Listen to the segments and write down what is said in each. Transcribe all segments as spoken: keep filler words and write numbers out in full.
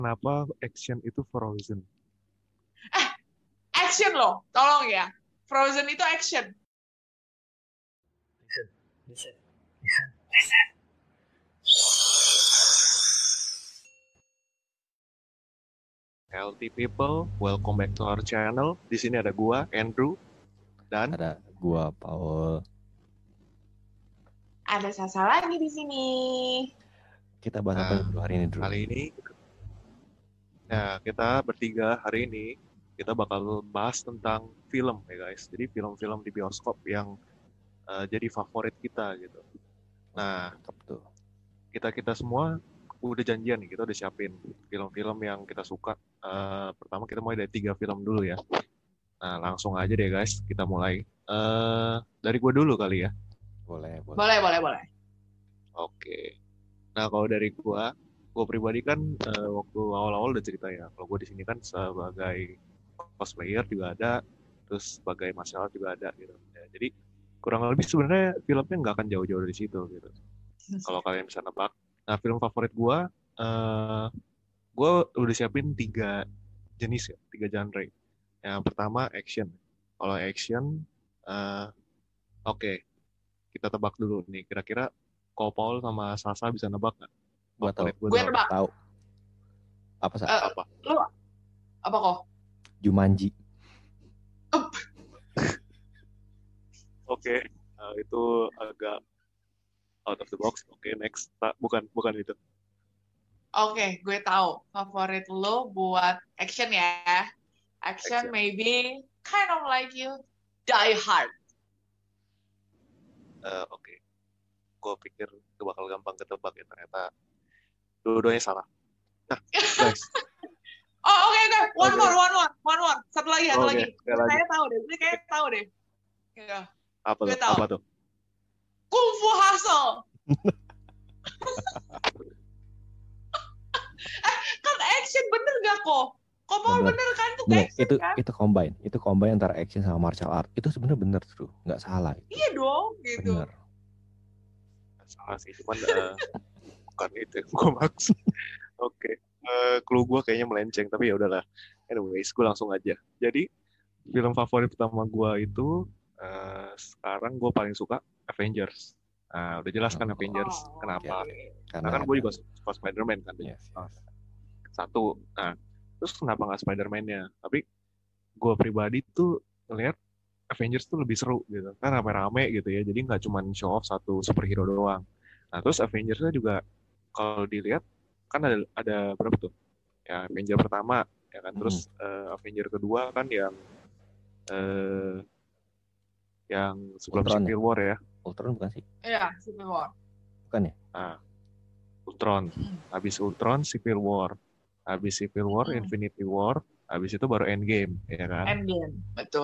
Kenapa action itu Frozen? Eh, action loh, tolong ya. Frozen itu action. Listen, listen, listen, listen. Healthy people, welcome back to our channel. Di sini ada gua, Andrew, dan Ada gua Paul. Ada Sasa lagi di sini. Kita bahas apa Nah, dulu hari ini, Drew? kali ini, nah kita bertiga hari ini kita bakal bahas tentang film ya guys. Jadi film-film di bioskop yang uh, jadi favorit kita gitu. Nah, Mantap tuh. kita kita semua udah janjian nih, kita udah siapin film-film yang kita suka. Uh, pertama kita mulai dari tiga film dulu ya. Nah, langsung aja deh guys, kita mulai. Uh, dari gue dulu kali ya. Boleh, boleh. Boleh, boleh, boleh. Oke. Nah, kalau dari gue, gue pribadi kan uh, waktu awal-awal udah cerita ya. Kalau gue di sini kan sebagai cosplayer juga ada, terus sebagai martial art juga ada gitu. Ya, jadi kurang lebih sebenarnya filmnya nggak akan jauh-jauh dari situ gitu. Kalau kalian bisa nebak. Nah, film favorit gue, uh, gue udah siapin tiga jenis ya, tiga genre. Yang pertama action. Kalau action, uh, oke, okay. Kita tebak dulu nih. Kira-kira Ko Paul sama Sasa bisa nebak nggak? Gua tahu. Favorit gue Gue tuh apa? nebak. Tahu. Apa sih? Uh, Apa? Lu apa kok? Jumanji. Oke, okay. uh, itu agak out of the box. Oke, okay, next. Tak, bukan, bukan itu. Oke, okay, gue tahu. Favorit lo buat action ya. Action, Action. maybe kind of like you, Die Hard. Uh, Oke, okay. Gue pikir itu bakal gampang ketebak ya, ternyata dua-duanya salah. Nah, guys. Oh, oke, okay, oke. Okay. One okay. more, one more, one more. Satu lagi, satu okay. lagi. Gue kayak tahu deh, gue kayak tahu deh. Ya. Apa gue tuh? tahu. Apa tuh? Kung Fu Hustle. eh, kan action bener gak kok? Kok mau bener. bener kan tuh bener. action itu, kan? Itu combine, itu combine antara action sama martial art. Itu sebenarnya bener tuh, nggak salah. Itu. Iya dong, gitu. Bener. Nggak salah sih, cuman uh, bukan itu yang gue maksud. Oke, okay. uh, clue gue kayaknya melenceng, tapi ya udahlah. Anyways, gue langsung aja. Jadi film favorit pertama gue itu uh, sekarang gue paling suka Avengers. Nah, udah jelas kan oh, Avengers. Oh, kenapa? Okay. Karena, Karena kan gue juga suka Spider-Man kan. Yes, yes. Satu. Nah, terus kenapa nggak Spider-Man-nya? Tapi gue pribadi tuh ngeliat Avengers tuh lebih seru gitu. Kan rame-rame gitu ya. Jadi nggak cuma show off satu superhero doang. Nah, terus Avengers-nya juga kalau dilihat kan ada ada berapa tuh? Ya, Avenger pertama ya kan. Terus hmm. uh, Avenger kedua kan yang uh, yang sebelum Ultron Civil ya? War ya. Ultron bukan sih? Iya, Civil War. Bukan ya? Nah, Ultron. Habis Ultron, Civil War. Habis Civil War, hmm. Infinity War. Habis itu baru Endgame, ya kan? Endgame, betul.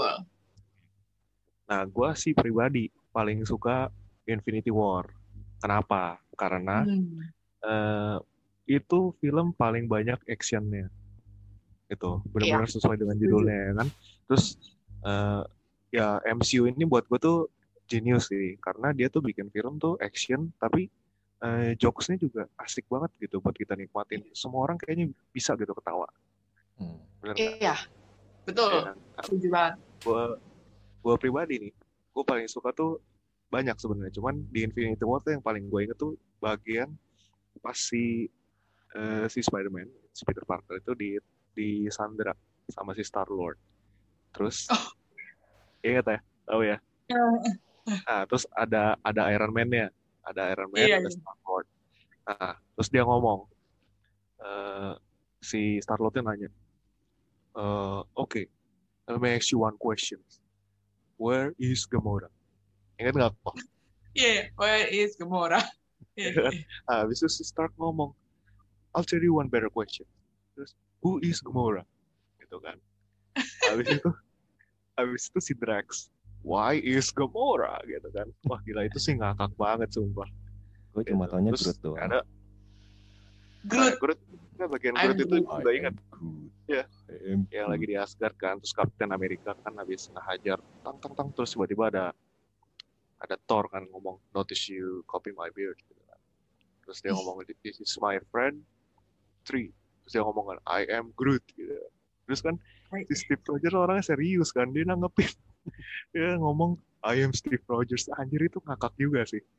Nah, gue sih pribadi paling suka Infinity War. Kenapa? Karena hmm. uh, itu film paling banyak actionnya. Itu benar-benar iya. sesuai dengan judulnya, ya kan? Terus uh, ya M C U ini buat gue tuh genius sih, karena dia tuh bikin film tuh action, tapi uh, jokesnya juga asik banget gitu buat kita nikmatin. Semua orang kayaknya bisa gitu ketawa. Hmm. Iya, betul. Setuju banget. Gue gue pribadi nih, gue paling suka tuh banyak sebenarnya. Cuman di Infinity War tuh yang paling gue inget tuh bagian pas si uh, si Spider-Man, si Peter Parker itu di di Sandra sama si Star Lord. Terus, oh. Ingat ya, tahu ya. Nah, terus ada ada Iron Man-nya, ada Iron Man, iya, ada iya. Star Lord. Nah, terus dia ngomong, uh, si Star Lord-nya nanya, uh, oke, okay, let me ask you one question. Where is Gamora? Ingat nggak kok? Iya, yeah, where is Gamora? Yeah. Nah, habis itu si Stark ngomong, I'll tell you one better question. Terus, who is Gamora? Gitu kan. Habis itu, habis itu si Drax, why is Gamora? Gitu kan. Wah gila itu sih ngakak banget sumpah. Gue cuma gitu. Taunya Groot tuh. Ada Groot. Nah, Groot, nah, bagian I'm Groot itu juga ingat. Ya, yang lagi di Asgard kan, terus Captain America kan habis ngehajar tang tang tang terus tiba-tiba ada ada Thor kan ngomong notice you copy my beard gitu kan. Terus dia ngomong this is my friend three Terus dia ngomong kan, I am Groot gitu. Terus kan si Steve Rogers orangnya serius kan, dia nanggepin. Dia ngomong I am Steve Rogers. Anjir, itu ngakak juga sih.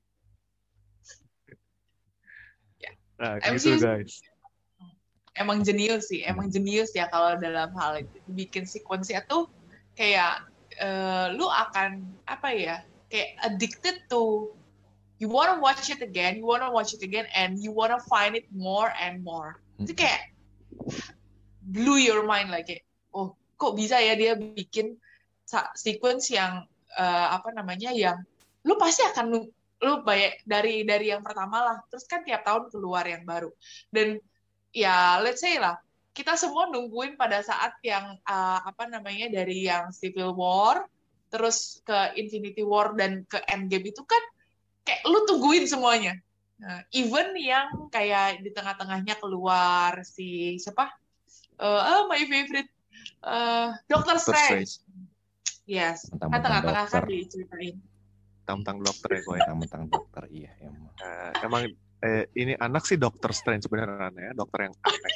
Ya. Nah M C gitu U guys. emang jenius sih, emang jenius ya kalau dalam hal itu. Bikin sequence-nya tuh kayak uh, lu akan apa ya, kayak addicted to you wanna watch it again, you wanna watch it again, and you wanna find it more and more. Itu kayak blew your mind lah, kayak oh kok bisa ya dia bikin sequence yang uh, apa namanya, yang lu pasti akan lu banyak dari dari yang pertama lah, terus kan tiap tahun keluar yang baru, dan ya let's say lah kita semua nungguin pada saat yang uh, apa namanya, dari yang Civil War terus ke Infinity War dan ke Endgame itu kan kayak lu tungguin semuanya. Nah, even yang kayak di tengah-tengahnya keluar si siapa, uh, oh my favorite uh, Doctor Strange. Yes, kan tengah-tengah kan diceritain. Tentang dokter ya gue. Tentang dokter, iya emang. Uh, emang eh, ini anak sih Doctor Strange sebenarnya ya, dokter yang aneh.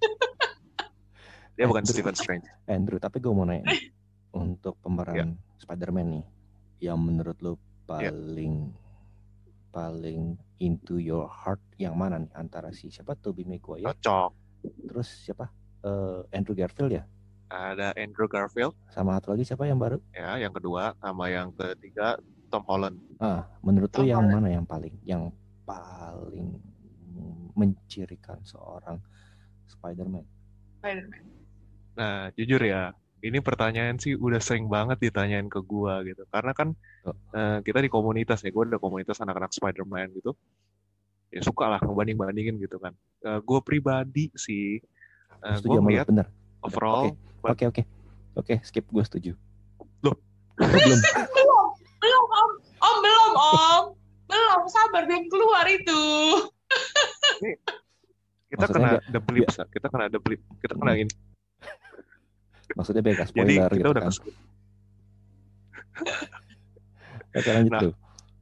Dia bukan Stephen Strange. Andrew, tapi gue mau nanya nih, untuk pemeran yeah. Spider-Man nih, yang menurut lo paling yeah. paling into your heart yang mana nih, antara si siapa, Tobey Maguire, cocok, terus siapa, uh, Andrew Garfield ya? Ada Andrew Garfield. Sama satu lagi siapa yang baru? Ya, yang kedua sama yang ketiga Tom Holland. Ah, menurut Tom lu yang Holland. Mana yang paling yang paling mencirikan seorang Spider-Man? Spider-Man. Nah, jujur ya, ini pertanyaan sih udah sering banget ditanyain ke gua gitu. Karena kan oh. uh, kita di komunitas ya, gua ada komunitas anak-anak Spider-Man gitu. Ya suka lah ngebanding-bandingin gitu kan. Uh, gua pribadi sih, uh, gua melihat bener. overall. Oke oke oke skip, gue setuju. Loh, belum belum om om belum om belum sabar, belum keluar itu. Ini, kita maksudnya kena the blip, ya. kita kena the blip, kita kena hmm. ini. Maksudnya biar spoiler. Jadi kita gitu udah kan. Oke lanjut nah, tuh.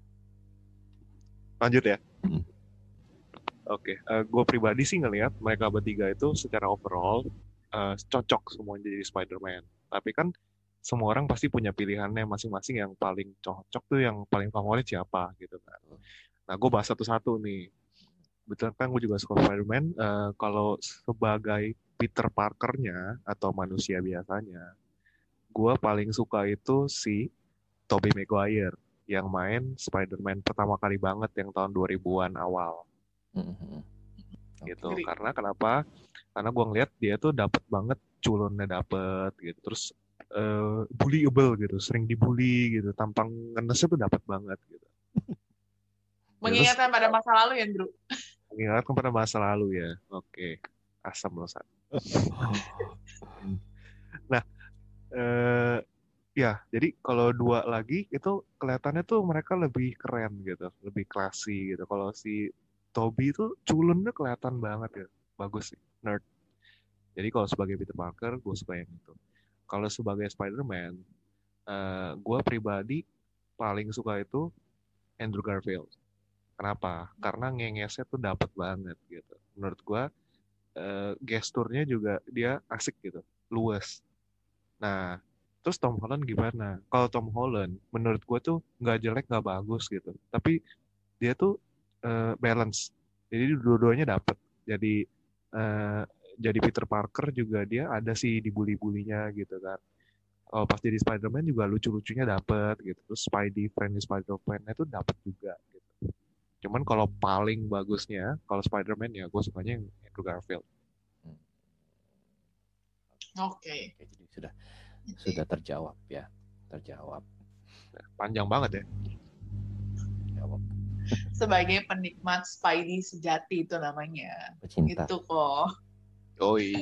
Lanjut ya. Hmm. Oke, okay. uh, gue pribadi sih ngelihat mereka bertiga itu secara overall Uh, cocok semuanya jadi Spider-Man. Tapi kan semua orang pasti punya pilihannya masing-masing yang paling cocok tuh, yang paling favorit siapa gitu kan. Nah, gue bahas satu-satu nih. Betul kan, gue juga suka Spider-Man. Uh, kalau sebagai Peter Parker-nya atau manusia biasanya, gue paling suka itu si Tobey Maguire yang main Spider-Man pertama kali banget yang tahun dua ribuan awal. Mm-hmm. Gitu. Okay. Karena kenapa? Karena gue ngeliat dia tuh dapet banget, culunnya dapet gitu, terus uh, bullyable gitu, sering dibully gitu, tampang ngenesnya tuh dapet banget gitu. Mengingatkan pada masa lalu ya, Andrew? Mengingatkan pada masa lalu ya, oke, asam loh Sat. Nah, uh, ya jadi kalau dua lagi itu kelihatannya tuh mereka lebih keren gitu, lebih classy gitu. Kalau si Tobey tuh culunnya kelihatan banget ya, bagus sih. Nerd. Jadi kalau sebagai Peter Parker, gue suka yang itu. Kalau sebagai Spider-Man, uh, gue pribadi paling suka itu Andrew Garfield. Kenapa? Karena ngengesnya tuh dapet banget gitu. Menurut gue, uh, gesturnya juga dia asik gitu, luas. Nah, terus Tom Holland gimana? Kalau Tom Holland, menurut gue tuh nggak jelek, nggak bagus gitu. Tapi dia tuh uh, balance. Jadi dua-duanya dapet. Jadi uh, jadi Peter Parker juga dia ada sih dibully-bulinya gitu kan. Oh, pas jadi Spider-Man juga lucu-lucunya dapet gitu. Terus Spidey, friendly Spider-Man-nya tuh dapet juga gitu. Cuman kalau paling bagusnya, kalau Spider-Man ya gue sukanya yang Andrew Garfield. Oke. Okay. Jadi sudah sudah terjawab ya, terjawab. Panjang banget ya. Jawab. Sebagai penikmat Spidey sejati itu namanya. Pecinta. Itu kok. Oi.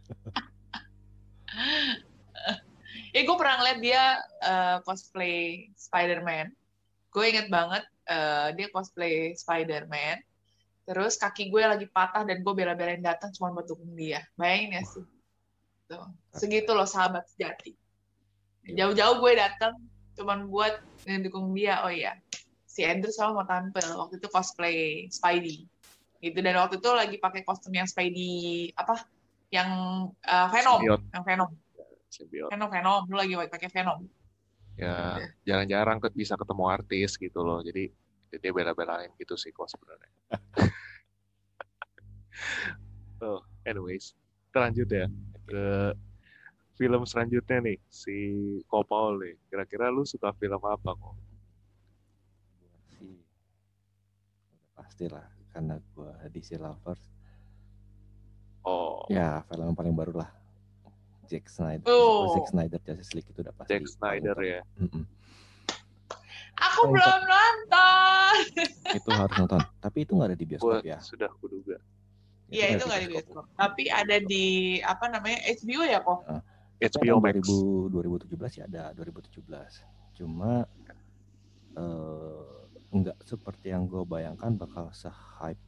Ya gue pernah ngeliat dia uh, cosplay Spider-Man. Gue inget banget uh, dia cosplay Spider-Man. Terus kaki gue lagi patah dan gue bela-belain datang cuma buat dukung dia. Bayangin ya sih. Tuh. Segitu loh sahabat sejati. Jauh-jauh gue datang cuma buat dukung dia. Oh iya, si Andrew sama mau tampil waktu itu cosplay Spidey. Gitu, dan waktu itu lagi pakai kostum yang Spidey apa yang uh, Venom, Symbiote. yang Venom. Symbiote. Venom, Venom, lu lagi pakai Venom. Ya, jarang-jarang bisa ketemu artis gitu loh. Jadi dia bela-belain gitu sih kok sebenarnya. Oh, anyways, kita lanjut ya ke film selanjutnya nih, si Ko Paul nih. Kira-kira lu suka film apa kok? Sih, pastilah karena gue D C lovers. Oh, ya film yang paling baru lah, Zack Snyder. Oh. Zack Snyder Justice League itu udah pasti. Zack Snyder ya. Mm-mm. Aku oh, belum nonton. Itu harus nonton, tapi itu nggak ada di bioskop Gua ya. Sudah kuduga. Iya, itu nggak di bioskop. Tapi ada di apa namanya H B O ya kok? Uh, H B O Max. dua ribu tujuh belas ya ada dua ribu tujuh belas. Cuma uh, nggak seperti yang gue bayangkan bakal se-hype.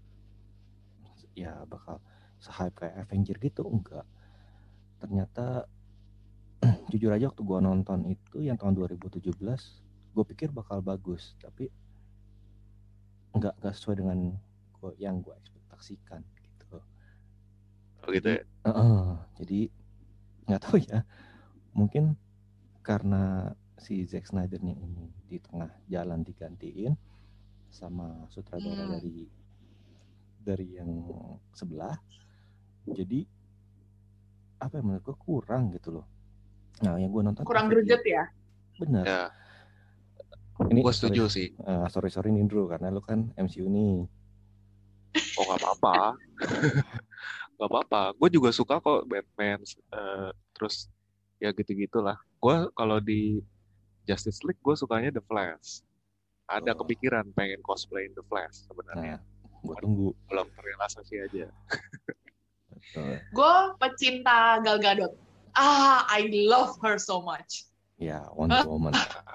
Ya bakal se-hype kayak Avenger gitu, enggak. Ternyata jujur aja waktu gue nonton itu yang tahun dua ribu tujuh belas, gue pikir bakal bagus, tapi enggak enggak sesuai dengan gua, yang gue ekspektasikan gitu. Oh gitu ya. Uh, uh, jadi nggak tahu ya, mungkin karena si Zack Snyder-nya ini di tengah jalan digantiin sama sutradara hmm. dari dari yang sebelah, jadi apa yang menurut gue kurang gitu loh. Nah yang gue nonton kurang greget ya. Benar. Ya. Ini gue setuju sorry, sih. Uh, sorry sorry Nindro karena lu kan M C U nih. Oh nggak apa-apa. Nggak apa-apa. Gue juga suka kok Batman. Uh, terus ya gitu-gitulah. Gue kalau di Justice League gue sukanya The Flash. Ada oh. kepikiran pengen cosplayin The Flash sebenarnya. Nah, gue tunggu. Belum terrealisasi aja. Gue pecinta Gal Gadot. Ah, I love her so much. Ya, Wonder Woman.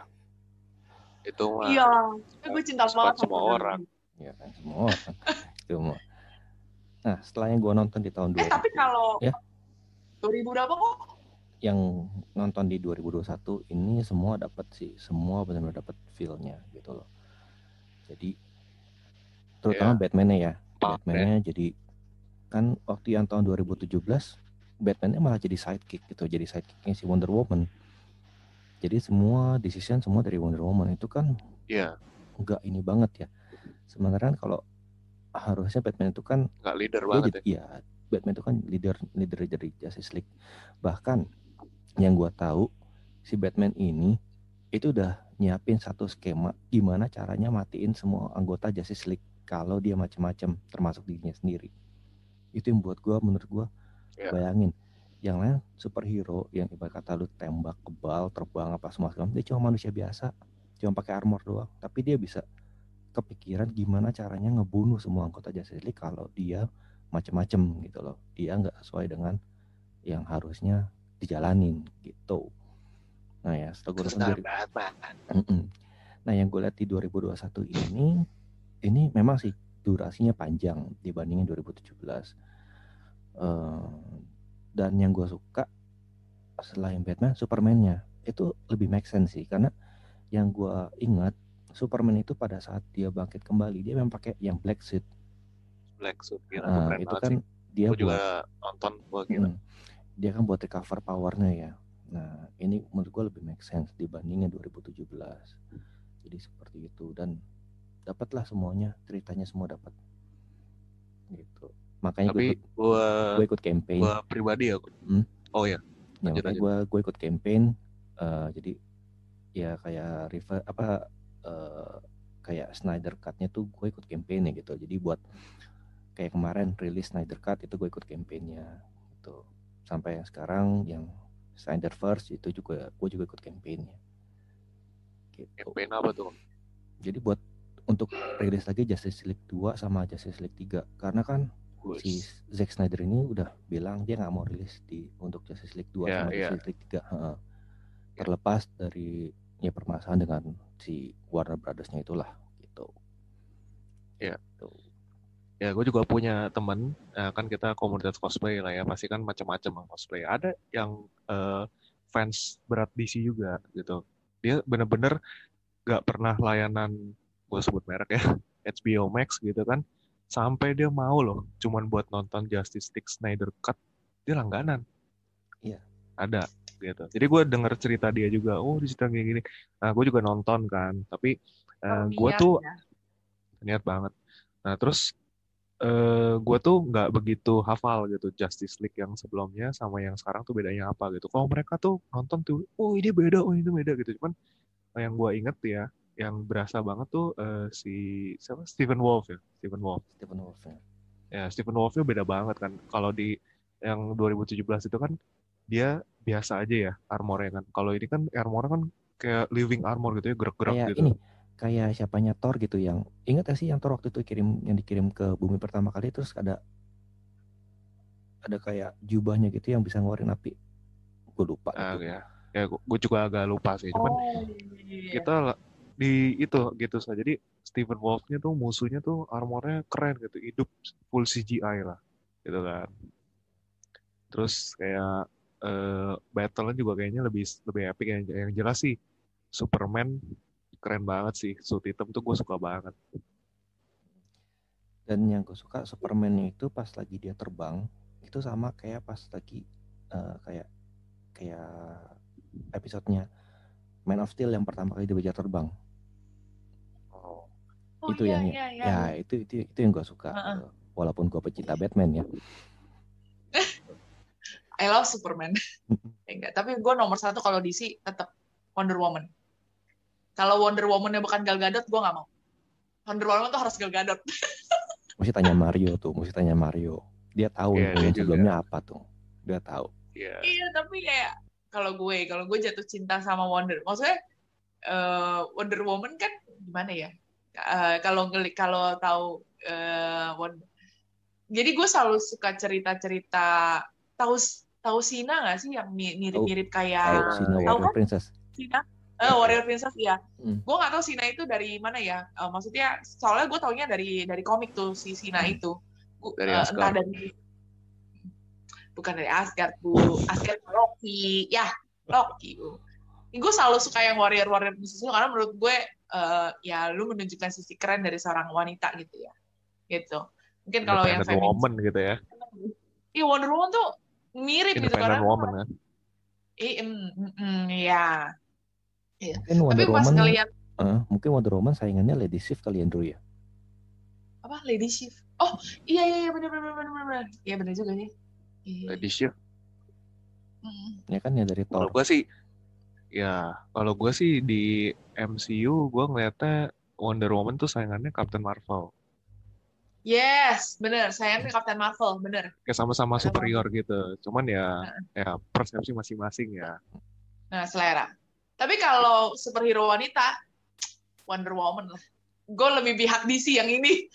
Itu mah. Iya, gue cinta banget sama orang. Ya kan, semua orang. Itu mah. Nah, setelah yang gue nonton di tahun dua ribu. Eh, tapi kalau ya? dua ribu berapa kok? Yang nonton di dua ribu dua puluh satu ini semua dapat sih, semua benar-benar dapat feel-nya gitu loh. Jadi terutama yeah. Batman-nya ya. Batman-nya jadi kan waktu yang tahun dua ribu tujuh belas Batman-nya malah jadi sidekick gitu, jadi sidekick-nya si Wonder Woman. Jadi semua decision semua dari Wonder Woman itu kan Iya. Yeah. Enggak ini banget ya. Sebenarnya kalau harusnya Batman itu kan enggak leader banget jadi, ya. ya. Batman itu kan leader leader dari Justice League. Bahkan yang gua tahu si Batman ini itu udah nyiapin satu skema gimana caranya matiin semua anggota Justice League kalau dia macam-macam termasuk dirinya sendiri. Itu yang buat gue, menurut gue, yeah. bayangin yang lain superhero yang ibarat kata lu tembak kebal terbang apa semua segala, dia cuma manusia biasa, cuma pakai armor doang, tapi dia bisa kepikiran gimana caranya ngebunuh semua anggota Justice League kalau dia macam-macam gitu loh, dia nggak sesuai dengan yang harusnya dijalanin gitu. Nah ya setelah gue nonton nah yang gue lihat di dua ribu dua puluh satu ini ini memang sih durasinya panjang dibandingin dua ribu tujuh belas. Uh, dan yang gue suka selain Batman, Superman-nya itu lebih make sense sih, karena yang gue ingat Superman itu pada saat dia bangkit kembali dia memang pakai yang black suit. Black suit, ya, nah, itu kan sih. Dia gua buat juga nonton gua gila. Hmm, dia kan buat recover powernya ya. Nah ini menurut gue lebih make sense dibandingin dua ribu tujuh belas. Jadi seperti itu dan dapatlah semuanya, ceritanya semua dapat gitu. Makanya tapi gue ikut, gua, gue ikut campaign. Gue pribadi ya. Hmm? Oh ya. Ya makanya gue gue ikut campaign. Uh, jadi ya kayak river apa uh, kayak Snyder Cut-nya tuh gue ikut campaign-nya gitu. Jadi buat kayak kemarin rilis Snyder Cut itu gue ikut campaign-nya gitu. Sampai yang sekarang yang Snyderverse itu juga gue juga ikut campaign-nya. Gitu. Campaign apa tuh? Jadi buat untuk rilis lagi Justice League dua sama Justice League tiga karena kan Uish. si Zack Snyder ini udah bilang dia nggak mau rilis di untuk Justice League dua yeah, sama yeah. Justice League tiga uh, terlepas dari ya permasalahan dengan si Warner Brothers-nya itulah gitu. Ya. Yeah. Gitu. Ya, gue juga punya teman, uh, kan kita komunitas cosplay lah ya, pasti kan macam-macam cosplay. Ada yang uh, fans berat D C juga gitu. Dia bener-bener gak pernah layanan, gue sebut merek ya, H B O Max gitu kan, sampai dia mau loh, cuman buat nonton Justice League Snyder Cut dia langganan. Iya. Ada gitu. Jadi gue denger cerita dia juga, oh di cerita gini-gini. Nah gue juga nonton kan, tapi uh, gue niat tuh ya. niat banget. Nah terus uh, gue tuh nggak begitu hafal gitu Justice League yang sebelumnya sama yang sekarang tuh bedanya apa gitu. Kalau mereka tuh nonton tuh, oh ini beda, oh ini beda gitu. Cuman yang gue inget ya, yang berasa banget tuh uh, si siapa Stephen Wolf ya, Stephen Wolf. Stephen Wolf ya. Ya Stephen Wolf-nya beda banget kan. Kalau di yang dua ribu tujuh belas itu kan dia biasa aja ya armornya kan. Kalau ini kan armornya kan kayak living armor gitu ya, gerak-gerak Kayak gitu. ini, kayak siapanya Thor gitu yang ingat gak sih yang Thor waktu itu kirim yang dikirim ke bumi pertama kali terus ada ada kayak jubahnya gitu yang bisa ngeluarin api. Gue lupa Ah, itu. ya, ya gue juga agak lupa sih. Cuman Oh, iya. kita la- di itu gitu saja. Jadi Stephen Wolf-nya tuh musuhnya tuh armornya keren gitu, hidup full C G I lah, gitu kan. Terus kayak eh, battle-nya juga kayaknya lebih lebih epic yang, yang jelas sih. Superman keren banget sih, suit hitam tuh gue suka banget. Dan yang gue suka Superman-nya itu pas lagi dia terbang itu sama kayak pas lagi uh, kayak kayak episodenya Man of Steel yang pertama kali dia bisa terbang. Oh. Oh, Itu iya, yang iya, iya, ya iya. itu itu itu yang gue suka. Uh-uh. Walaupun gue pecinta Batman ya. I love Superman. Enggak, tapi gue nomor satu kalau D C tetap Wonder Woman. Kalau Wonder Woman-nya bukan Gal Gadot, gue nggak mau. Wonder Woman tuh harus Gal Gadot. Mesti tanya Mario tuh, mesti tanya Mario. Dia tahu Iya, yang dia sebelumnya juga. apa tuh. Dia tahu. Iya. Iya, tapi kayak kalau gue, kalau gue jatuh cinta sama Wonder, maksudnya uh, Wonder Woman kan gimana ya? Uh, kalau ngeli, kalau tahu uh, Wonder, jadi gue selalu suka cerita-cerita tahu tahu Sina nggak sih yang mi- mirip-mirip kayak Tahu Sina tahu Warrior kan Princess. Sina? Eh, Warrior Princess ya. Hmm. Gue nggak tahu Sina itu dari mana ya. Uh, maksudnya soalnya gue taunya dari dari komik tuh si Sina Hmm. itu. Gua, Dari uh, Asgard. entah dari bukan dari Asgard bu, Asgard Loki, ya Loki. Gue selalu suka yang Warrior Warrior Princess itu karena menurut gue uh, ya lu menunjukkan sisi keren dari seorang wanita gitu ya, gitu. Mungkin kalau yang Independent feminis, woman gitu ya. iya Wonder Woman tuh mirip gitu Independent karena woman kan. Eh, mm, mm, mm, ya. Iya. Mungkin Tapi Wonder pas Woman, ngelihat uh, mungkin Wonder Woman saingannya Lady Sif kali Andrew ya. apa Lady Shift. Oh iya iya iya benar benar benar benar. Iya benar juga sih. Iya. Lady Shift. Mm. Ya kan ya dari Kalau Thor. gue sih, ya kalau gue sih di M C U gue ngeliatnya Wonder Woman tuh saingannya Captain Marvel. Yes, benar. Sayangnya Captain Marvel, benar. Kayak sama-sama Captain superior Marvel. gitu. Cuman ya, Nah. ya persepsi masing-masing ya. Nah, selera. Tapi kalau superhero wanita, Wonder Woman lah. Gue lebih pihak D C yang ini.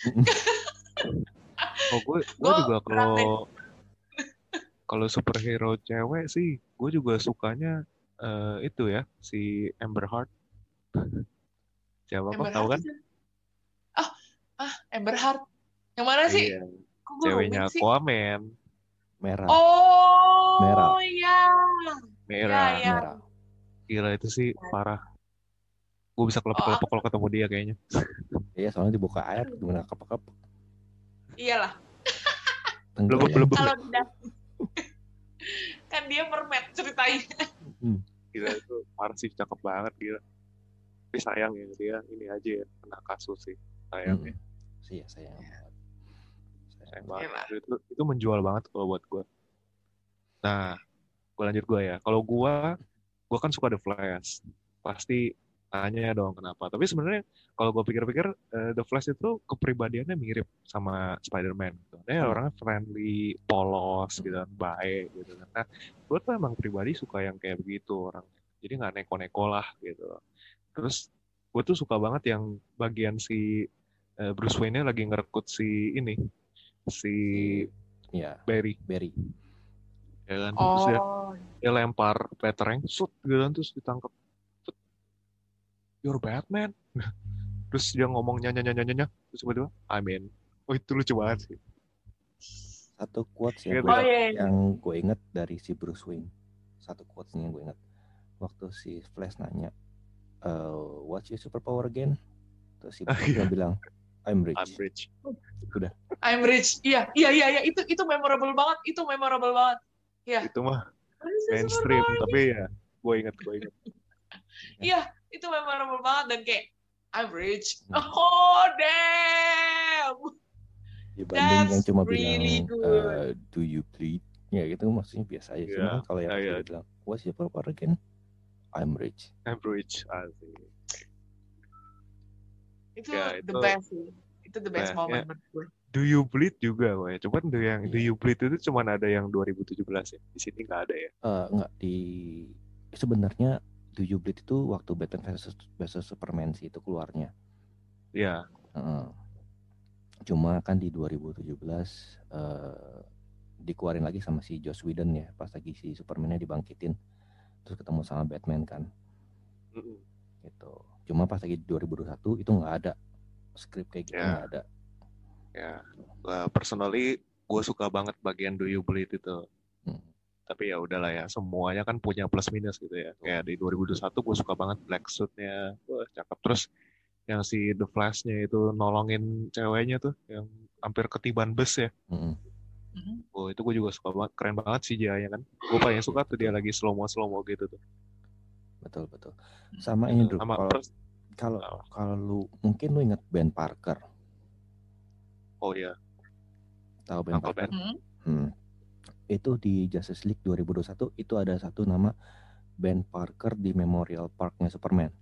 Oh gue, gue Gua juga kalau berat kalau superhero cewek sih, gue juga sukanya eh, itu ya si Amber Heard. Siapa kok Amber tahu Heard kan? itu. Ah, ah, Amber Heard. Yang mana sih? Iya. Kok gue Ceweknya rumit sih? Aquaman. Merah. Oh, Merah. iya. Merah. Iya, iya. Merah. Gila itu sih parah. Gue bisa kelepek-kelepek kalau ketemu dia kayaknya. Iya soalnya dibuka air gimana kepek-kepek. Iyalah. Tenggelam. Belum belum. Kalau tidak kan dia mermaid ceritanya. Hmm. Gila itu parah sih, cakep banget gila. Tapi sayang ya dia ini aja ya kena kasus sih. Sayang ya. Sih ya sayang banget. Sayang banget. Itu, itu menjual banget kalau buat gue. Nah, gue lanjut gue ya. Kalau gue, gue kan suka The Flash. Pasti tanya dong kenapa. Tapi sebenarnya kalau gue pikir-pikir, uh, The Flash itu kepribadiannya mirip sama Spider-Man. Gitu. Dia hmm. orangnya friendly, polos, gitu kan, baik, gitu kan. Nah, gue tuh emang pribadi suka yang kayak begitu orangnya. Jadi nggak neko-neko lah, gitu. Terus gue tuh suka banget yang bagian si uh, Bruce Wayne-nya lagi ngerekut si ini, si ya, Barry. Barry. Ya kan? Oh. Terus dia, dia lempar batarang, shoot, gitu kan, terus ditangkap. You're Batman. Terus dia ngomong nyanyi-nyanyi-nyanyi, terus tiba-tiba, I mean, oh itu lucu banget sih. Satu quotes ya, Gitu. gue, Oh, yeah. yang gue inget dari si Bruce Wayne. Satu quotes yang gue inget. Waktu si Flash nanya, uh, what's your superpower again? Terus si Bruce Wayne bilang, I'm rich. I'm rich. Udah. I'm rich. Iya, iya, iya, iya. Itu itu memorable banget. Itu memorable banget. Ya. Itu mah This is mainstream, Superboy. tapi ya gue inget, gue inget. Iya, itu memorable banget dan kayak I'm rich. Hmm. Oh damn. Dibanding yang That's cuma really bilang good. uh, do you bleed? Ya gitu maksudnya biasa aja. Cuma Iya, kan kalau yang iya, dia iya. bilang what's your power again? I'm rich. I'm rich, asik. Itu Ya, the itu best sih. Itu the best Nah, moment ya. menurut gue. Do You Bleed juga, gue. Cuman do yang Do Iya. You Bleed itu cuman ada yang dua ribu tujuh belas ya. Di sini nggak ada ya. Eh enggak di sebenarnya Do You Bleed itu waktu Batman versus versus Superman sih itu keluarnya. Iya. Heeh. Cuma kan di dua ribu tujuh belas eh, dikeluarin lagi sama si Joss Whedon ya pas lagi si Superman-nya dibangkitin terus ketemu sama Batman kan Mm-mm. gitu. Cuma pas lagi dua ribu dua puluh satu itu nggak ada skrip kayak gitu, Ya. nggak ada. Ya. Well, personally, gue suka banget bagian Do You Bleed itu. Hmm. Tapi ya udahlah ya, semuanya kan punya plus minus gitu ya. Kayak di dua ribu dua puluh satu gue suka banget black suit-nya, wah cakep. Terus yang si The Flash-nya itu nolongin ceweknya tuh, yang hampir ketiban bus ya. Mm-mm. Mhm. Oh itu gue juga suka banget, keren banget C G I-nya kan. Gue paling suka tuh dia Betul. lagi slow mo slow mo gitu tuh. Betul betul. Sama ini Drew, Sama kalau terus, kalau oh, kalau lu mungkin lu inget Ben Parker, oh ya, tahu Ben Uncle Parker? Ben. Mhm. Hmm. Itu di Justice League dua ribu dua puluh satu itu ada satu nama Ben Parker di Memorial Park-nya Superman.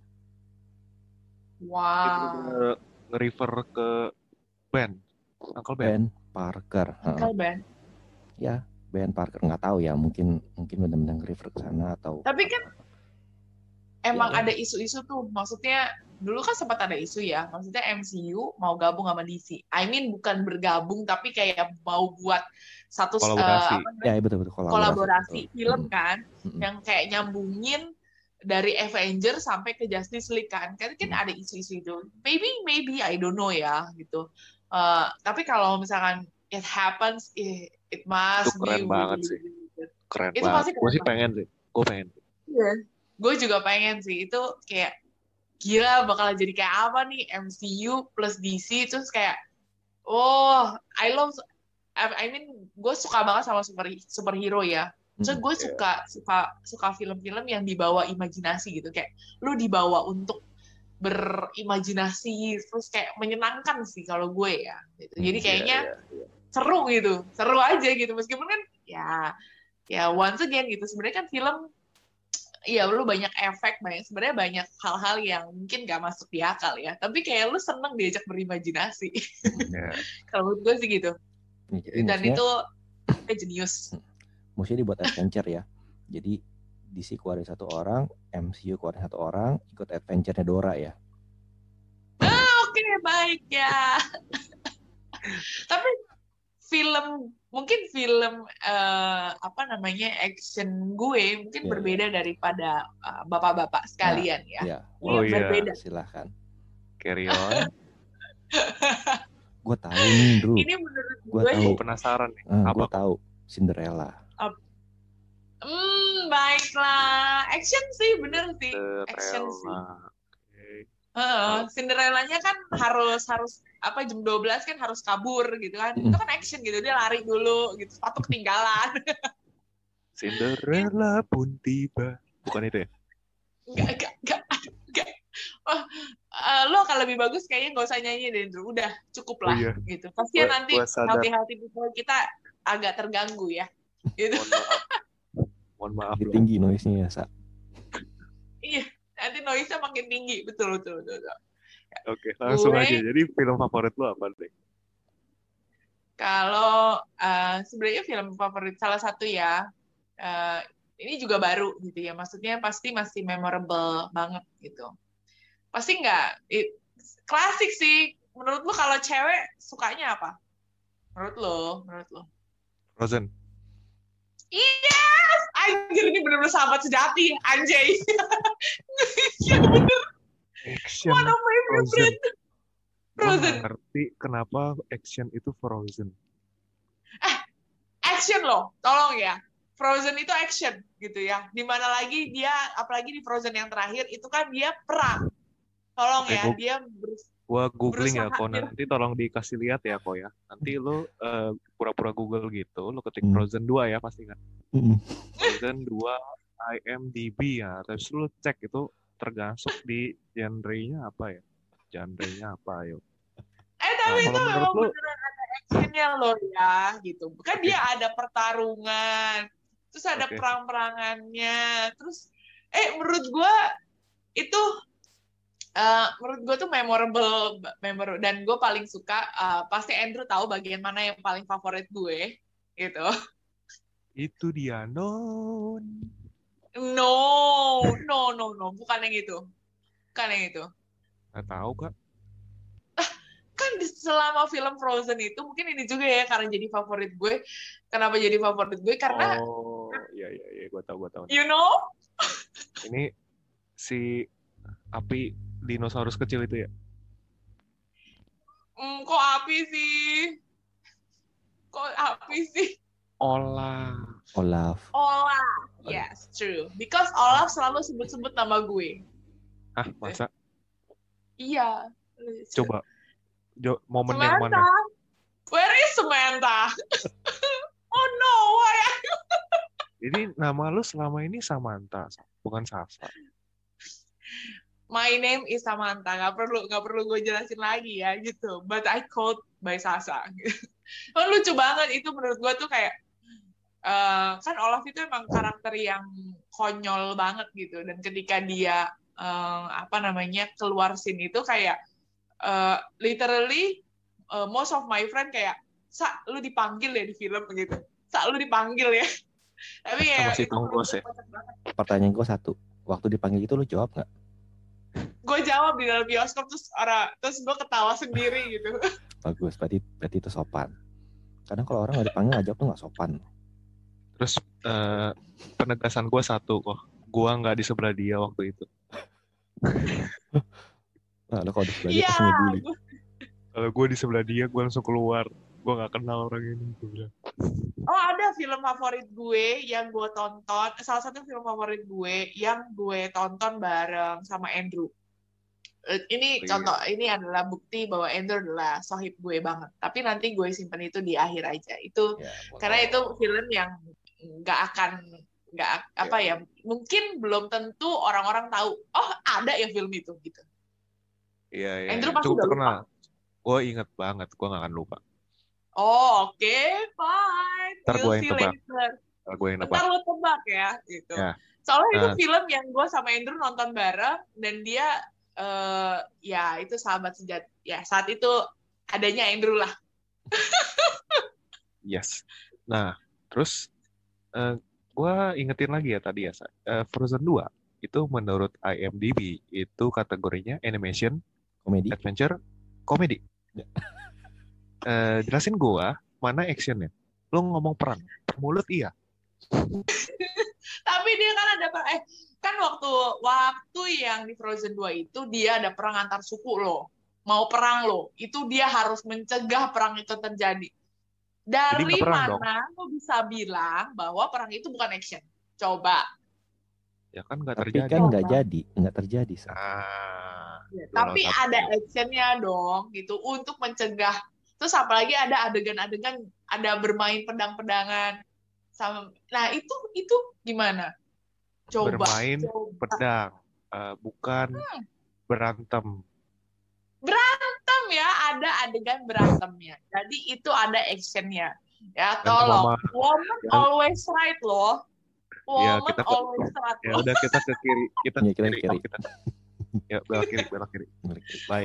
Itu Wow. bener nge-refer ke Ben, Uncle Ben. Ben Parker. Heeh. Uncle Ben. Ya, Ben Parker nggak tahu ya, mungkin mungkin benar-benar refer ke sana atau Tapi kan apa. emang Ya, ada isu-isu tuh. Maksudnya dulu kan sempat ada isu ya. Maksudnya M C U mau gabung sama D C. I mean bukan bergabung tapi kayak mau buat satu eh, Kolaborasi. apa namanya? ya betul betul kolaborasi. kolaborasi betul. film Mm-mm. kan Mm-mm. yang kayak nyambungin dari Avengers sampai ke Justice League kan. Kan kan Hmm. ada isu-isu itu. Maybe maybe I don't know ya gitu. Eh, tapi kalau misalkan it happens it, it Itu must be keren banget really, sih, really good. keren Itu banget. pasti Gue keren sih banget. pengen sih, gue pengen. Iya. Gue juga pengen sih. Itu kayak gila bakal jadi kayak apa nih M C U plus D C terus kayak oh I love I I mean gue suka banget sama super superhero ya. Terus Mm-mm. gue Iya. suka suka suka film-film yang dibawa imajinasi gitu kayak lu dibawa untuk berimajinasi terus kayak menyenangkan sih kalau gue ya. Gitu. Jadi Hmm. kayaknya Iya, iya. seru gitu, seru aja gitu meskipun kan ya ya once again gitu sebenarnya kan film ya lu banyak efek banyak sebenarnya banyak hal-hal yang mungkin gak masuk di akal ya tapi kayak lu seneng diajak berimajinasi Iya. kalau menurut gue sih gitu Nih, jadi dan maksudnya itu kayak jenius. maksudnya dibuat adventure ya. Jadi D C keluarin satu orang, M C U keluarin satu orang, ikut adventure-nya Dora ya. Oke baik ya tapi film mungkin film eh, apa namanya action gue mungkin Iya, berbeda daripada eh, bapak-bapak sekalian ya. Iya. Ini Oh, iya. berbeda. Silahkan. Carry on. Gue tahu nih, Drew. Ini menurut Gua gue tahu. Gue penasaran nih. Ah, Apa gue kok? tahu Cinderella. hmm baiklah action sih bener sih action sih. Cinderella. Oke. Heeh, Cinderella-nya kan harus harus apa jam dua belas kan harus kabur gitu kan. Mm-mm. Itu kan action gitu. Dia lari dulu gitu. Sepatu ketinggalan. Cinderella pun tiba. Bukan itu ya? Enggak enggak enggak. enggak. Oh, eh, lo kalau lebih bagus kayaknya nggak usah nyanyi deh, Drew. Udah cukup lah Oh, iya. gitu. Pasti Gua- nanti gua sadar. healthy-healthy people kita agak terganggu ya. Gitu. Mohon maaf. Mohon maaf Jadi loh. tinggi noise-nya ya, Sa. Iya, nanti noise-nya makin tinggi. Betul betul betul. betul. Oke, langsung Gue- aja. Jadi film favorit lo apa deh? Kalau eh, sebenarnya film favorit salah satu ya, eh, ini juga baru gitu ya. Maksudnya pasti masih memorable banget gitu. Pasti nggak it- klasik sih. Menurut lo kalau cewek sukanya apa? Menurut lo, menurut lo? Frozen. Yes, anjir ini bener-bener sahabat sejati, anjay. Iya bener, Action one of my Frozen. favorite. Gue Frozen. nggak ngerti kenapa action itu Frozen. Action loh, tolong ya. Frozen itu action gitu ya. Dimana lagi dia, apalagi di Frozen yang terakhir itu kan dia perang. Tolong Oke, ya, gua- dia ber- Gua googling ya, Berusaha kok biar- nanti tolong dikasih lihat ya, kok ya. Nanti lu eh, pura-pura Google gitu, lu ketik Hmm. Frozen dua ya pasti kan. Mm-mm. Frozen dua I M D B ya, terus lu cek itu termasuk di genre-nya apa ya? Genre-nya apa, ayo. Eh tapi Nah, itu kalau menurut memang lu, beneran ada actionnya loh ya gitu. Kan Oke. dia ada pertarungan, terus ada Oke. perang-perangannya, terus eh menurut gue itu eh, menurut gue tuh memorable, memorable dan gue paling suka eh, pasti Andrew tahu bagian mana yang paling favorit gue gitu. itu dia non. No, no, no, no, bukan yang itu, bukan yang itu. Nggak tahu kak. Kan di- selama film Frozen itu mungkin ini juga ya karena jadi favorit gue. Kenapa jadi favorit gue? Karena Oh, iya iya iya, gue tahu gue tahu. you know, Ini si api dinosaurus kecil itu ya. mm, kok api sih? Kok api sih? Olaf. Olaf. Olaf. Yes, true. Because Olaf selalu sebut-sebut nama gue. Hah, masa? Iya. Coba. Jo, momen yang Samantha. mana? Where is Samantha? Oh no, why? Jadi nama lu selama ini Samantha, bukan Sasa. My name is Samantha. Gak perlu, gak perlu gue jelasin lagi ya gitu. But I called by Sasa. Oh, lucu banget itu menurut gue tuh kayak uh, kan Olaf itu emang karakter yang konyol banget gitu. Dan ketika dia uh, apa namanya keluar scene itu kayak uh, literally uh, most of my friend kayak Sa, lu dipanggil ya di film gitu. Sa, lu dipanggil ya. Tapi ya Sama si itu Tonggos ya. Pertanyaan gue satu. Waktu dipanggil itu lu jawab nggak? Gue jawab di dalam bioskop terus orang terus gue ketawa sendiri gitu. Bagus, berarti berarti itu sopan. Kadang kalau orang nggak dipanggil nggak jawab tuh nggak sopan. Terus eh, penegasan gue satu kok. Gue nggak di sebelah dia waktu itu. Nah, lo kalau di sebelah dia Iya. pasti ngebully. Kalau gue di sebelah dia, gue langsung keluar. Gue nggak kenal orang ini. Gue bilang. Oh, ada film favorit gue yang gue tonton, salah satu film favorit gue yang gue tonton bareng sama Andrew. Eh, Ini Oh, iya. contoh, ini adalah bukti bahwa Andrew adalah sohib gue banget. Tapi nanti gue simpen itu di akhir aja. Itu Ya, karena itu film yang nggak akan nggak apa ya, mungkin belum tentu orang-orang tahu. Oh, ada ya film itu gitu. Iya, iya. Andrew iya. pasti Cukup udah terkenal. Gue inget banget. Gue nggak akan lupa. Oh, oke, fine. Ntar We'll gue yang see tebak. later. Ntar gue yang Ntar nebak. lo tebak ya, gitu. Ya. Soalnya itu Nah. film yang gue sama Andrew nonton bareng, dan dia, eh ya itu sahabat sejati. Ya, saat itu adanya Andrew lah. Yes. Nah, terus eh, gue ingetin lagi ya tadi ya, Sa. Eh, Frozen dua itu menurut I M D B itu kategorinya animation, komedi. adventure, komedi. Ya. Eh, jelasin gue mana actionnya. Lo ngomong perang, mulut iya. Tapi dia kan ada, per- eh, kan waktu waktu yang di Frozen dua itu dia ada perang antar suku loh. Mau perang loh. Itu dia harus mencegah perang itu terjadi. Dari nggak perang dong. mana lo bisa bilang bahwa perang itu bukan action? Coba. Ya kan nggak Tapi terjadi. kan nggak jadi, nggak terjadi. Sa. Ah, Ya, itu tapi salah ada satu. actionnya dong gitu untuk mencegah. Terus apalagi ada adegan-adegan ada bermain pedang-pedangan sama. Nah itu itu gimana? Coba. Bermain coba. pedang, eh, bukan Hmm. berantem. Berantem ya, ada adegan berantemnya. Jadi itu ada actionnya. Ya Berantem tolong. sama- Woman Ya. always right loh. Ya, Woman kita ke- always right Ya loh. udah kita ke kiri, kita Ya, ke kita kiri, kiri. kita. Ya belok kiri, belok kiri. Bye.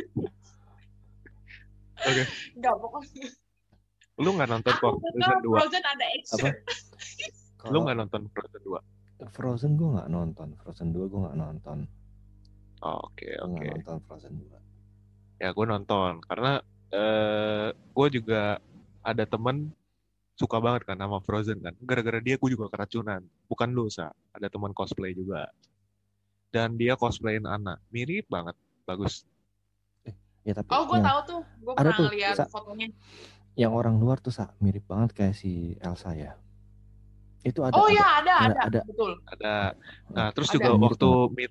Oke, Enggak pokoknya. lu nggak nonton kok Aku Frozen betul dua. Frozen ada action. Lu nggak nonton Frozen dua. Frozen gue nggak nonton. Frozen dua gue nggak nonton. Oh, Oke, Gue oke. nggak nonton Frozen dua. Ya gue nonton karena eh gue juga ada temen suka banget kan sama Frozen kan. Gara-gara dia gue juga keracunan. Bukan lu, Sa. Ada teman cosplay juga. Dan dia cosplayin Anna. Mirip banget. Bagus. Ya tapi Oh, gue yang, tahu tuh. Gue ada pernah tuh, lihat Sa. fotonya. yang orang luar tuh Sa, mirip banget kayak si Elsa ya. Itu ada. Oh ada, ya, ada, ada, ada, ada. betul. Ada. Nah, terus Ada. juga Mirip waktu banget. meet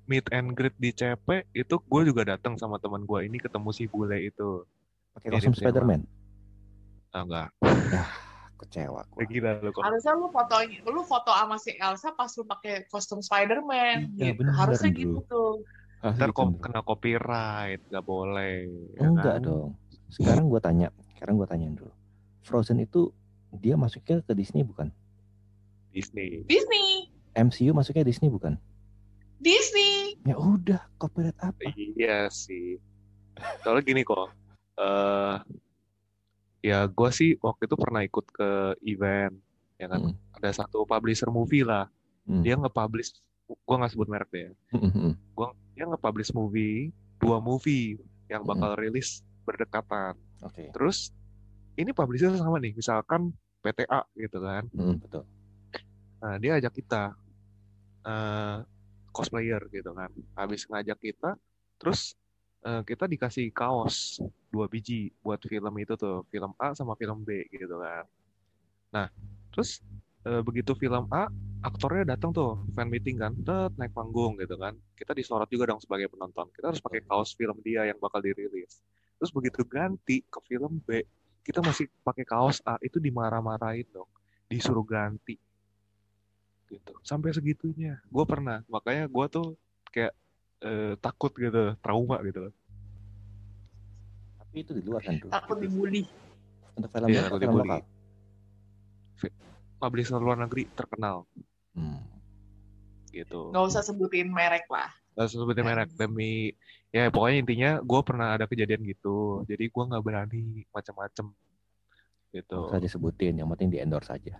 meet and greet di C P itu gue juga datang sama teman gue ini ketemu si bule itu. Pakai kostum Mirip sih Spider-Man. Ah, enggak. Dah, kecewa Kayak gua. gila lu kok. Harusnya lu foto lu foto sama si Elsa pas lu pakai kostum Spider-Man Iya, gitu. bener, Harusnya Bro. gitu tuh. Harus Ntar gitu, kok Bro. kena copyright, nggak boleh. ya Enggak kan? dong. Sekarang gua tanya, sekarang gua tanya dulu. Frozen itu dia masuknya ke Disney bukan? Disney. Disney. M C U masuknya Disney bukan? Disney. Ya udah, copyright apa? Iya sih. Soalnya gini kok. eh ya gue sih waktu itu pernah ikut ke event, ya kan. Mm. Ada satu publisher movie lah. Mm. Dia nge-publish, gue nggak sebut merek deh ya. Mm-mm. Gua, dia nge-publish movie, dua movie yang bakal rilis berdekatan. Oke. Terus ini publisher sama nih, misalkan P T A gitu kan. Mm, betul. Nah, dia ajak kita eh, cosplayer gitu kan. Habis ngajak kita, terus eh, kita dikasih kaos dua biji buat film itu tuh, film A sama film B gitu kan. Nah, terus eh, begitu film A, aktornya datang tuh fan meeting kan, tet, naik panggung gitu kan. Kita disorot juga dong sebagai penonton. Kita harus pakai kaos film dia yang bakal dirilis. Terus begitu ganti ke film B, kita masih pakai kaos A, itu dimarah-marahin dong, disuruh ganti gitu. Sampai segitunya. Gue pernah, makanya gue tuh kayak eh, takut gitu, trauma gitu. Tapi itu di luar kan, Bro? Takut dibully. Untuk film Iya, lokal, takut film dibully. lokal. Publisher luar negeri terkenal Hmm. gitu. Nggak usah sebutin merek lah. Gak usah sebutin merek demi ya pokoknya intinya gue pernah ada kejadian gitu. Jadi gue nggak berani macam-macam gitu. Nggak usah disebutin, yang penting di endorse aja.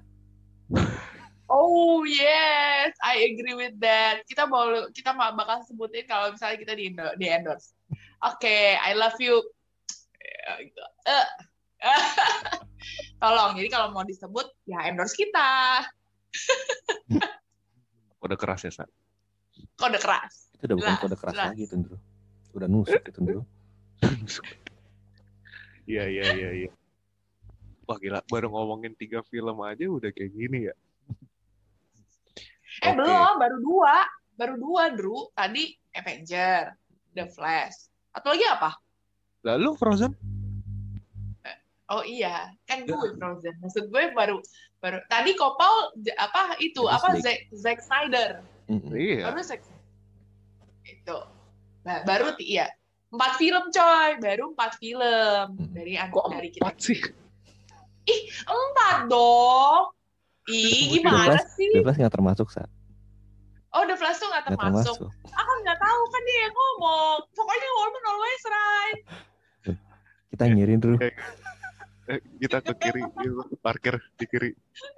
Oh yes, I agree with that. Kita mau kita mau bakal sebutin kalau misalnya kita di, di endorse. Oke, okay, I love you. Uh. Tolong, jadi kalau mau disebut ya endorse kita. Kode keras ya, Sa? Kode keras. Itu udah bukan Jelas, kode keras jelas. lagi tuh, Bro. Udah nusuk itu, Bro. Iya, iya, iya, iya. Wah gila, baru ngomongin tiga film aja udah kayak gini ya. Eh Oke. belum, baru dua. Baru dua, Drew. Tadi Avenger, The Flash. Atau lagi apa? Lalu Frozen? Oh iya, kan gue Frozen. Maksud gue baru baru tadi Kopal j- apa itu Justice apa League. Zack, Zack Snyder. Mm-mm. Iya. Baru Zack itu. Ba- baru ti- iya. Empat film coy, baru empat film Hmm. dari an- Kok dari kita. empat sih? Empat dong. Ih, Sebutin. gimana The sih? The Flash nggak termasuk, Sa. Oh, The Flash tuh nggak Nggak termasuk. termasuk. Aku nggak tahu kan dia yang ngomong. Pokoknya Woman always right. Kita nyirin dulu. Eh, eh, kita ke kiri, gitu. Parkir di kiri.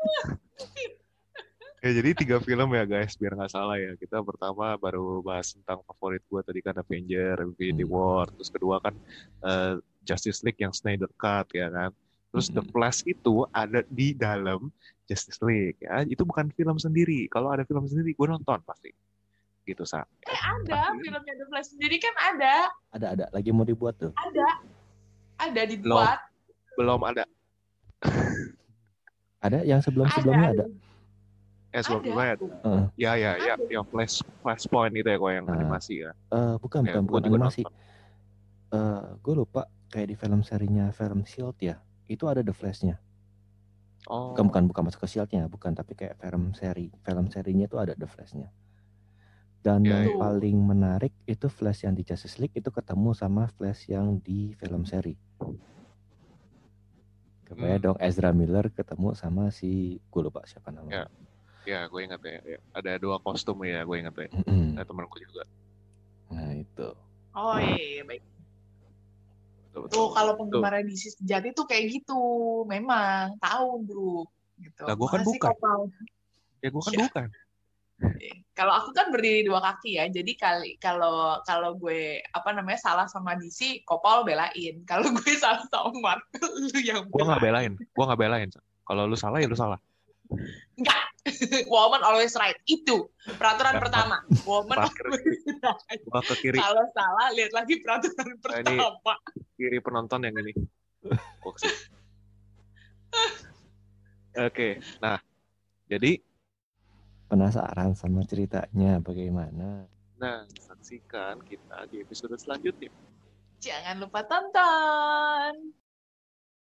Ya jadi tiga film ya guys, biar nggak salah ya. Kita pertama baru bahas tentang favorit gue tadi kan Avenger, Infinity Hmm. War. Terus kedua kan eh, Justice League yang Snyder Cut ya kan. Terus The Hmm. Flash itu ada di dalam Justice League ya. Itu bukan film sendiri. Kalau ada film sendiri gue nonton pasti. Gitu Sa. Eh ada filmnya The Flash sendiri kan ada, Ada, ada. Lagi mau dibuat tuh. ada, ada dibuat. Belum ada. Ada yang sebelum-sebelumnya ada. Eh sebelumnya ada. Heeh. Ya ya ya, Ada. yang Flash Flashpoint itu ya kok yang Nah. animasi ya. Eh, bukan, Ya, bukan, gua bukan juga animasi. nonton. Eh, gue lupa kayak di film serinya film Shield ya. Itu ada The Flash-nya. Oh. Bukan, bukan, bukan masuk ke Shield-nya, bukan, tapi kayak film seri, film serinya itu ada The Flash-nya. Dan Ya, yang ya. paling menarik itu Flash yang di Justice League itu ketemu sama Flash yang di film seri. Kebayang Hmm. dong Ezra Miller ketemu sama si gue lupa siapa namanya. Ya, gue ingat ya, ya. Ada dua kostum ya, gue ingat ya. Mm-mm. Ada temanku juga. Nah itu. Oh iya, iya, baik. Betul, betul. Tuh kalau Tuh. penggemar D C sejati tuh kayak gitu, memang tahu bro. Gitu. Lah, gua kan Makasih, bukan. Kopal. Ya gue kan Iya. bukan. Kalau aku kan berdiri dua kaki ya, jadi kali kalau kalau gue apa namanya salah sama D C, Kopal belain. Kalau gue salah sama Marvel, lu yang Gue nggak belain. Gue nggak belain. Kalau lu salah ya lu salah. Enggak. Woman always right. Itu peraturan Enggak, pertama. Woman parkir. always right. Gue ke kiri, Kalau salah, lihat lagi peraturan Nah, ini- pertama. kiri penonton yang ini. Gua kesini. Oke, nah jadi Penasaran sama ceritanya bagaimana? Nah, saksikan kita di episode selanjutnya. Jangan lupa tonton.